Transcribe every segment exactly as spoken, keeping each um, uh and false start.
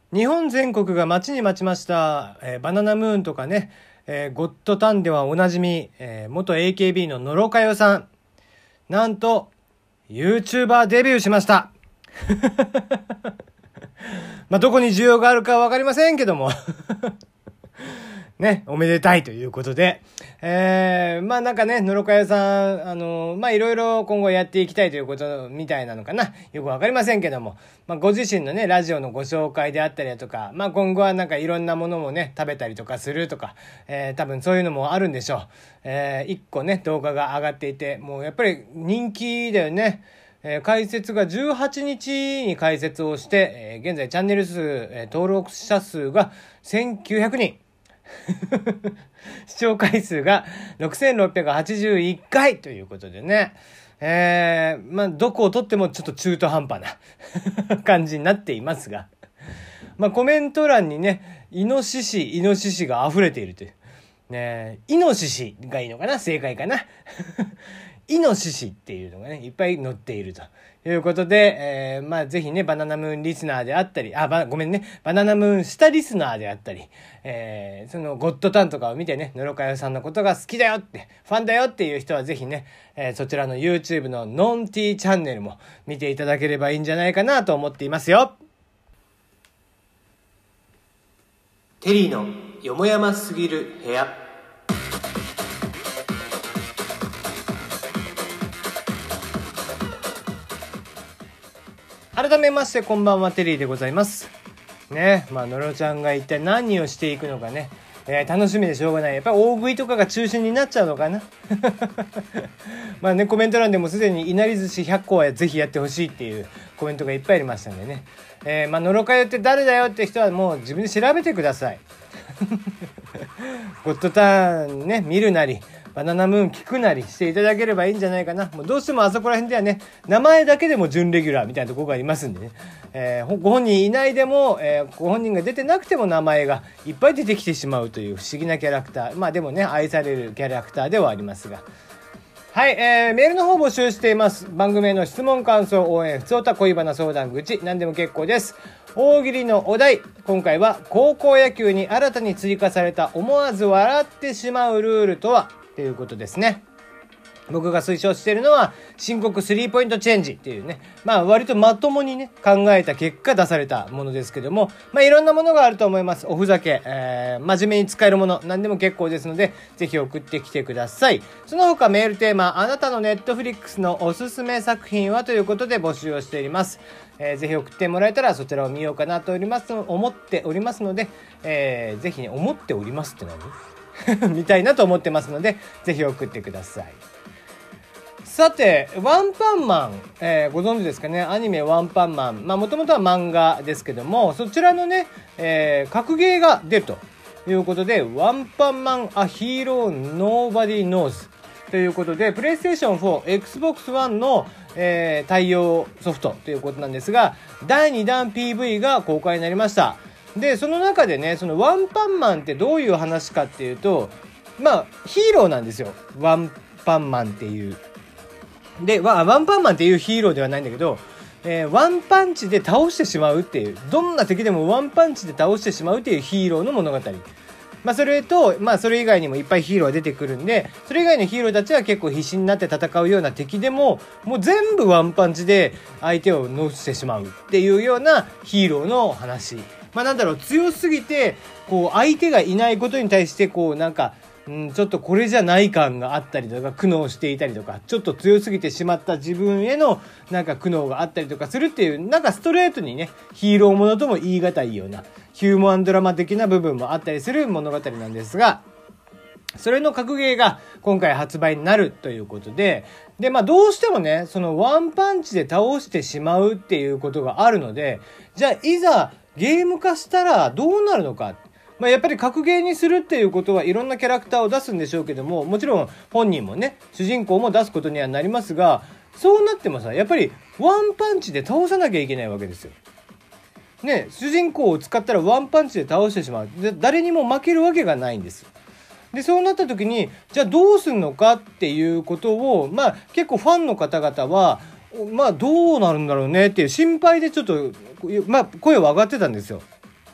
日本全国が待ちに待ちました、えー、バナナムーンとかね、えー、ゴッドタンではおなじみ、えー、元 エーケービー の野呂佳代さん、なんと YouTuber デビューしましたまあどこに需要があるかわかりませんけどもね、おめでたいということで、えー、まあなんかね、野呂佳代さん、あのー、まあいろいろ今後やっていきたいということみたいなのかな。よくわかりませんけども、まあご自身のね、ラジオのご紹介であったりだとか、まあ今後はなんかいろんなものもね、食べたりとかするとか、えー、多分そういうのもあるんでしょう。えー、一個ね、動画が上がっていて、もうやっぱり人気だよね。えー、開設がじゅうはちにちに開設をして、えー、現在チャンネル数、えー、登録者数がせんきゅうひゃくにん。視聴回数がろくせんろっぴゃくはちじゅういっかいということでね。えー、まあ、どこをとってもちょっと中途半端な感じになっていますが。まあ、コメント欄にね、イノシシ、イノシシが溢れているという。ね、イノシシがいいのかな？正解かなイノシシっていうのがね、いっぱい載っているということで、えー、まあぜひね、バナナムーンリスナーであったり、あ、ば、ごめんね、バナナムーン下リスナーであったり、えー、そのゴッドタンとかを見てね、野呂佳代さんのことが好きだよって、ファンだよっていう人はぜひね、えー、そちらの YouTube のノンティーチャンネルも見ていただければいいんじゃないかなと思っていますよ。テリーのよもやますぎる部屋。改めましてこんばんは、テリーでございますね。まあ野呂ちゃんが一体何をしていくのかね、えー、楽しみでしょうがない。やっぱり大食いとかが中心になっちゃうのかなまあね、コメント欄でもすでにいなり寿司ひゃっこはぜひやってほしいっていうコメントがいっぱいありましたんでね、えー、まあ野呂佳代って誰だよって人はもう自分で調べてくださいゴッドターンね、見るなりバナナムーン聞くなりしていただければいいんじゃないかな。もうどうしてもあそこら辺ではね、名前だけでも準レギュラーみたいなところがありますんでね、えー、ご本人いないでも、えー、ご本人が出てなくても名前がいっぱい出てきてしまうという不思議なキャラクター。まあでもね、愛されるキャラクターではありますが、はい、えー、メールの方募集しています。番組への質問、感想、応援、ふつおた、恋バナ相談口、何でも結構です。大喜利のお題、今回は高校野球に新たに追加された思わず笑ってしまうルールとはということですね。僕が推奨しているのは申告スリーポイントチェンジっていうね、まあ割とまともにね考えた結果出されたものですけども、まあいろんなものがあると思います。おふざけ、えー、真面目に使えるもの何でも結構ですので、ぜひ送ってきてください。その他メールテーマ、あなたのネットフリックスのおすすめ作品はということで募集をしております。えー、ぜひ送ってもらえたらそちらを見ようかなとおります思っておりますので、えー、ぜひね、思っておりますって何みたいなと思ってますので、ぜひ送ってください。さて、ワンパンマン、えー、ご存知ですかね。アニメワンパンマン。まあ、もともとは漫画ですけども、そちらのね、えー、格ゲーが出るということで、ワンパンマンアヒーローノーバディノーズということで、プレイステーションフォー、エックスボックスワン の、えー、対応ソフトということなんですが、だいにだん ピーブイ が公開になりました。で、その中でね、そのワンパンマンってどういう話かっていうと、まあ、ヒーローなんですよ。ワンパンマンっていう。で、ワンパンマンっていうヒーローではないんだけど、えー、ワンパンチで倒してしまうっていう、どんな敵でもワンパンチで倒してしまうっていうヒーローの物語。まあそれと、まあそれ以外にもいっぱいヒーローが出てくるんで、それ以外のヒーローたちは結構必死になって戦うような敵でも、もう全部ワンパンチで相手をのしてしまうっていうようなヒーローの話。まあなんだろう、強すぎて、こう相手がいないことに対してこうなんか、うん、ちょっとこれじゃない感があったりとか苦悩していたりとか、ちょっと強すぎてしまった自分へのなんか苦悩があったりとかするっていう、なんかストレートにねヒーローものとも言い難いようなヒューマンドラマ的な部分もあったりする物語なんですが、それの格ゲーが今回発売になるということで、でまあどうしてもねそのワンパンチで倒してしまうっていうことがあるので、じゃあいざゲーム化したらどうなるのか。まあやっぱり格ゲーにするっていうことはいろんなキャラクターを出すんでしょうけども、もちろん本人もね主人公も出すことにはなりますが、そうなってもさやっぱりワンパンチで倒さなきゃいけないわけですよ。ね、主人公を使ったらワンパンチで倒してしまう。で誰にも負けるわけがないんです。でそうなった時にじゃあどうすんのかっていうことを、まあ結構ファンの方々はまあどうなるんだろうねっていう心配でちょっとまあ声は上がってたんですよ。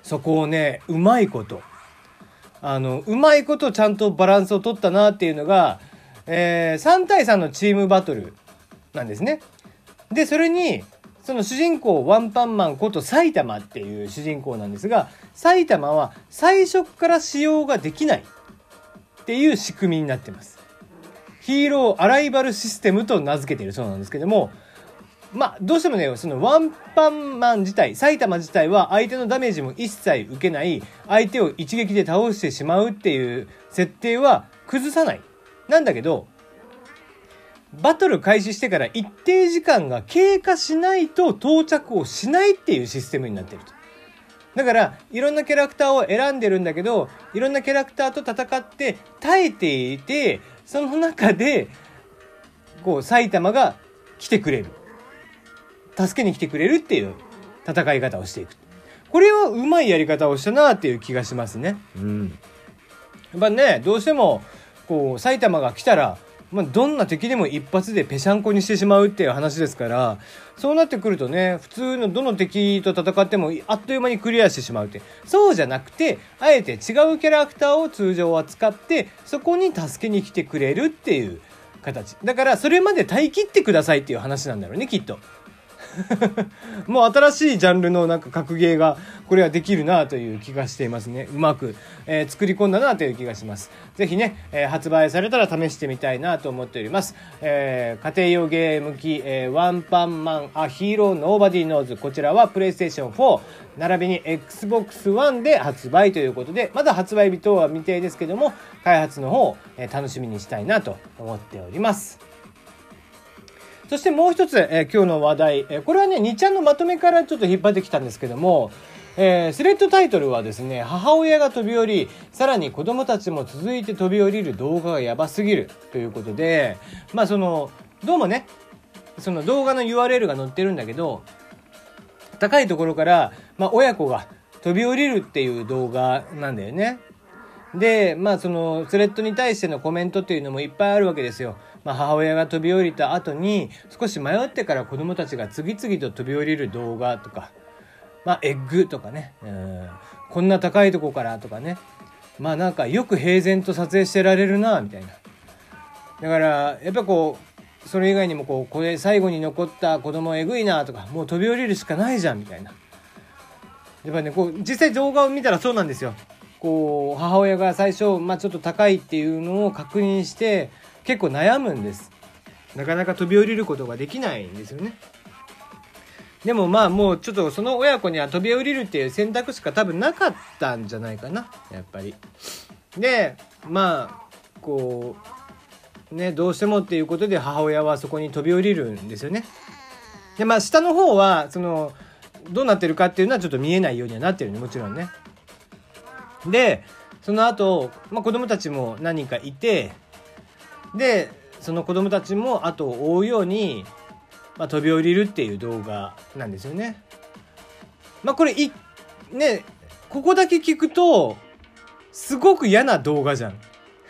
そこをねうまいことあのうまいことちゃんとバランスを取ったなっていうのが、えー、さん対さんのチームバトルなんですね。でそれにその主人公ワンパンマンこと埼玉っていう主人公なんですが、埼玉は最初から使用ができないっていう仕組みになってます。ヒーローアライバルシステムと名付けているそうなんですけども、まあどうしてもねそのワンパンマン自体埼玉自体は相手のダメージも一切受けない、相手を一撃で倒してしまうっていう設定は崩さないなんだけど、バトル開始してから一定時間が経過しないと到着をしないっていうシステムになっていると。だからいろんなキャラクターを選んでるんだけど、いろんなキャラクターと戦って耐えていて、その中でこう埼玉が来てくれる、助けに来てくれるっていう戦い方をしていく。これはうまいやり方をしたなっていう気がしますね。うん。やっぱねどうしてもこう埼玉が来たら、まあ、どんな敵でも一発でぺしゃんこにしてしまうっていう話ですから、そうなってくるとね普通のどの敵と戦ってもあっという間にクリアしてしまうって、そうじゃなくてあえて違うキャラクターを通常は使ってそこに助けに来てくれるっていう形だから、それまで耐え切ってくださいっていう話なんだろうねきっと。もう新しいジャンルのなんか格ゲーがこれはできるなという気がしていますね。うまく、えー、作り込んだなという気がします。ぜひね、えー、発売されたら試してみたいなと思っております。えー、家庭用ゲーム機、えー、ワンパンマンアヒーローノーバディノーズ、こちらはプレイステーションフォー並びに エックスボックスワン で発売ということで、まだ発売日等は未定ですけども開発の方、えー、楽しみにしたいなと思っております。そしてもう一つ、えー、今日の話題、えー、これはねにちゃんのまとめからちょっと引っ張ってきたんですけども、えー、スレッドタイトルはですね、母親が飛び降りさらに子供たちも続いて飛び降りる動画がやばすぎるということで、まあそのどうもねその動画の ユーアールエル が載ってるんだけど、高いところから、まあ、親子が飛び降りるっていう動画なんだよね。でまあそのスレッドに対してのコメントっていうのもいっぱいあるわけですよ。まあ、母親が飛び降りた後に少し迷ってから子供たちが次々と飛び降りる動画とか、まあエッグとかね、うん、こんな高いとこからとかね、まあなんかよく平然と撮影してられるなみたいな。だからやっぱこうそれ以外にもこうこれ最後に残った子供えぐいなとか、もう飛び降りるしかないじゃんみたいな。やっぱねこう実際動画を見たらそうなんですよ。こう母親が最初、まあ、ちょっと高いっていうのを確認して結構悩むんです。なかなか飛び降りることができないんですよね。でもまあもうちょっとその親子には飛び降りるっていう選択しか多分なかったんじゃないかなやっぱり。でまあこうねどうしてもっていうことで母親はそこに飛び降りるんですよね。でまあ下の方はそのどうなってるかっていうのはちょっと見えないようにはなってるね、もちろんね。でその後、まあ、子供たちも何人かいて、でその子供たちも後を追うように、まあ、飛び降りるっていう動画なんですよね。まあこれいねここだけ聞くとすごく嫌な動画じゃん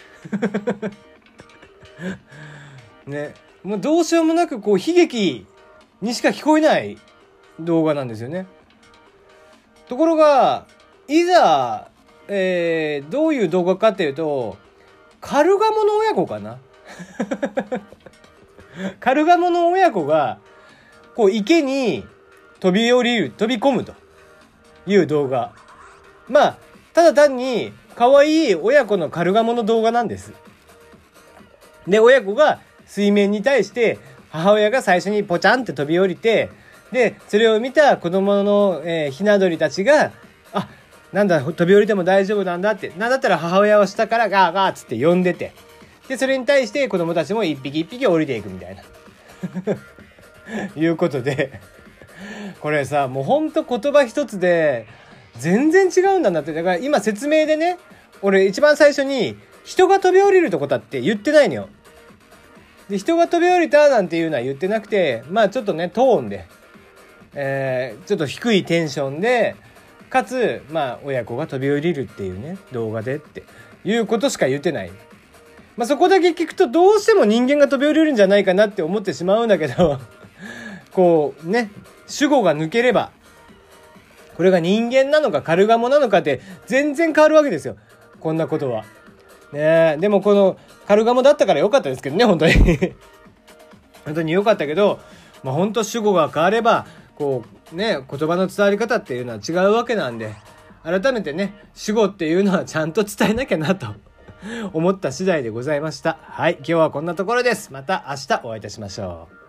ね、もうどうしようもなくこう悲劇にしか聞こえない動画なんですよね。ところがいざえー、どういう動画かっていうと、カルガモの親子かなカルガモの親子がこう池に飛び降りる飛び込むという動画。まあただ単に可愛い親子のカルガモの動画なんです。で親子が水面に対して母親が最初にポチャンって飛び降りて、でそれを見た子供の、えー、ひな鳥たちがあなんだ飛び降りても大丈夫なんだって、なんだったら母親は下からガーガーっつって呼んでて、でそれに対して子供たちも一匹一匹降りていくみたいないうことで、これさもうほんと言葉一つで全然違うんだなって。だから今説明でね、俺一番最初に人が飛び降りるとこだって言ってないのよ。で人が飛び降りたなんていうのは言ってなくて、まあちょっとねトーンで、えー、ちょっと低いテンションでかつまあ親子が飛び降りるっていうね動画でっていうことしか言ってない。まあそこだけ聞くとどうしても人間が飛び降りるんじゃないかなって思ってしまうんだけどこうね主語が抜ければこれが人間なのかカルガモなのかって全然変わるわけですよ。こんなことは。ねえ、でもこのカルガモだったから良かったですけどね、本当に。本当に良かったけど、まあ本当主語が変われば、こうね、言葉の伝わり方っていうのは違うわけなんで、改めてね、主語っていうのはちゃんと伝えなきゃなと思った次第でございました。はい、今日はこんなところです。また明日お会いいたしましょう。